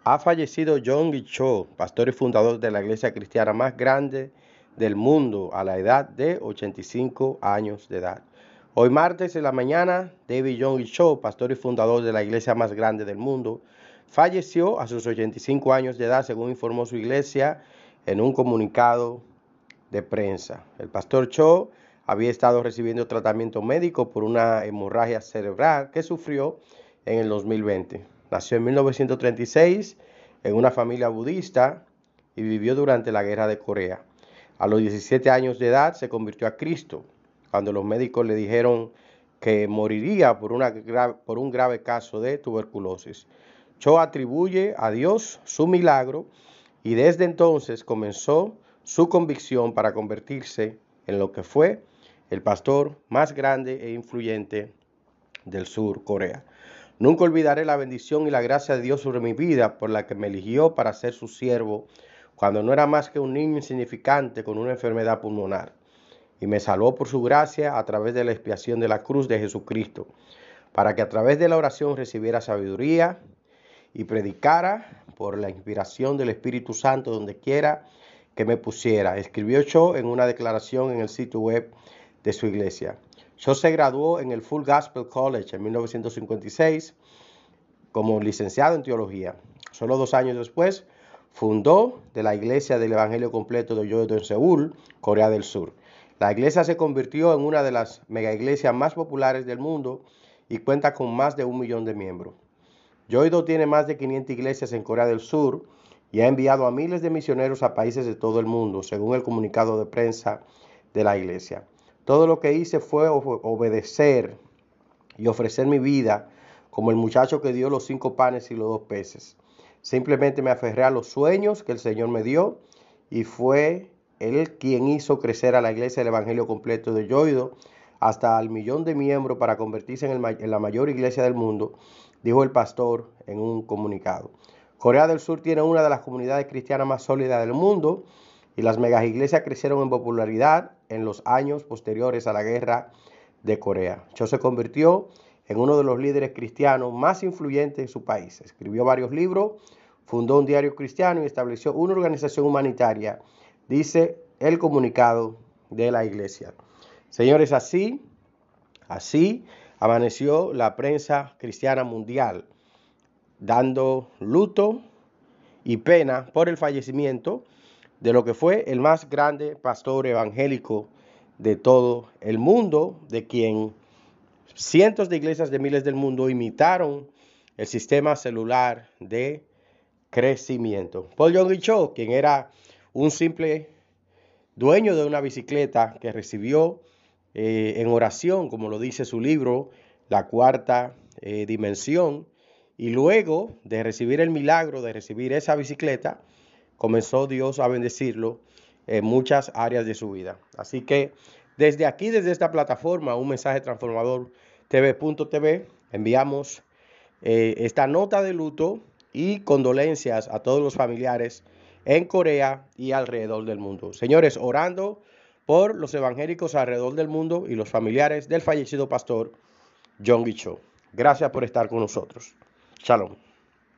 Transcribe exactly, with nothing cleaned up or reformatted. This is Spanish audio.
Ha fallecido Yonggi Cho, pastor y fundador de la iglesia cristiana más grande del mundo, a la edad de ochenta y cinco años de edad. Hoy martes en la mañana, David Yonggi Cho, pastor y fundador de la iglesia más grande del mundo, falleció a sus ochenta y cinco años de edad, según informó su iglesia en un comunicado de prensa. El pastor Cho había estado recibiendo tratamiento médico por una hemorragia cerebral que sufrió en el dos mil veinte. Nació en mil novecientos treinta y seis en una familia budista y vivió durante la Guerra de Corea. A los diecisiete años de edad se convirtió a Cristo cuando los médicos le dijeron que moriría por, una grave, por un grave caso de tuberculosis. Cho atribuye a Dios su milagro y desde entonces comenzó su convicción para convertirse en lo que fue el pastor más grande e influyente del sur Corea. Nunca olvidaré la bendición y la gracia de Dios sobre mi vida, por la que me eligió para ser su siervo cuando no era más que un niño insignificante con una enfermedad pulmonar, y me salvó por su gracia a través de la expiación de la cruz de Jesucristo, para que a través de la oración recibiera sabiduría y predicara por la inspiración del Espíritu Santo donde quiera que me pusiera. Escribió Cho en una declaración en el sitio web de su iglesia. Cho se graduó en el Full Gospel College en mil novecientos cincuenta y seis como licenciado en teología. Solo dos años después fundó de la Iglesia del Evangelio Completo de Yoido en Seúl, Corea del Sur. La iglesia se convirtió en una de las mega iglesias más populares del mundo y cuenta con más de un millón de miembros. Yoido tiene más de quinientas iglesias en Corea del Sur y ha enviado a miles de misioneros a países de todo el mundo, según el comunicado de prensa de la iglesia. Todo lo que hice fue obedecer y ofrecer mi vida como el muchacho que dio los cinco panes y los dos peces. Simplemente me aferré a los sueños que el Señor me dio y fue Él quien hizo crecer a la iglesia del Evangelio Completo de Yoido hasta el millón de miembros para convertirse en, el, en la mayor iglesia del mundo, dijo el pastor en un comunicado. Corea del Sur tiene una de las comunidades cristianas más sólidas del mundo y las megaiglesias crecieron en popularidad en los años posteriores a la guerra de Corea. Cho se convirtió en uno de los líderes cristianos más influyentes en su país. Escribió varios libros, fundó un diario cristiano y estableció una organización humanitaria, dice el comunicado de la iglesia. Señores, así, así amaneció la prensa cristiana mundial, dando luto y pena por el fallecimiento de lo que fue el más grande pastor evangélico de todo el mundo, de quien cientos de iglesias de miles del mundo imitaron el sistema celular de crecimiento. Paul Yonggi Cho, quien era un simple dueño de una bicicleta que recibió eh, en oración, como lo dice su libro, La Cuarta eh, Dimensión, y luego de recibir el milagro de recibir esa bicicleta, comenzó Dios a bendecirlo en muchas áreas de su vida. Así que desde aquí, desde esta plataforma, un mensaje transformador T V punto T V, enviamos eh, esta nota de luto y condolencias a todos los familiares en Corea y alrededor del mundo. Señores, orando por los evangélicos alrededor del mundo y los familiares del fallecido pastor Yonggi Cho. Gracias por estar con nosotros. Shalom.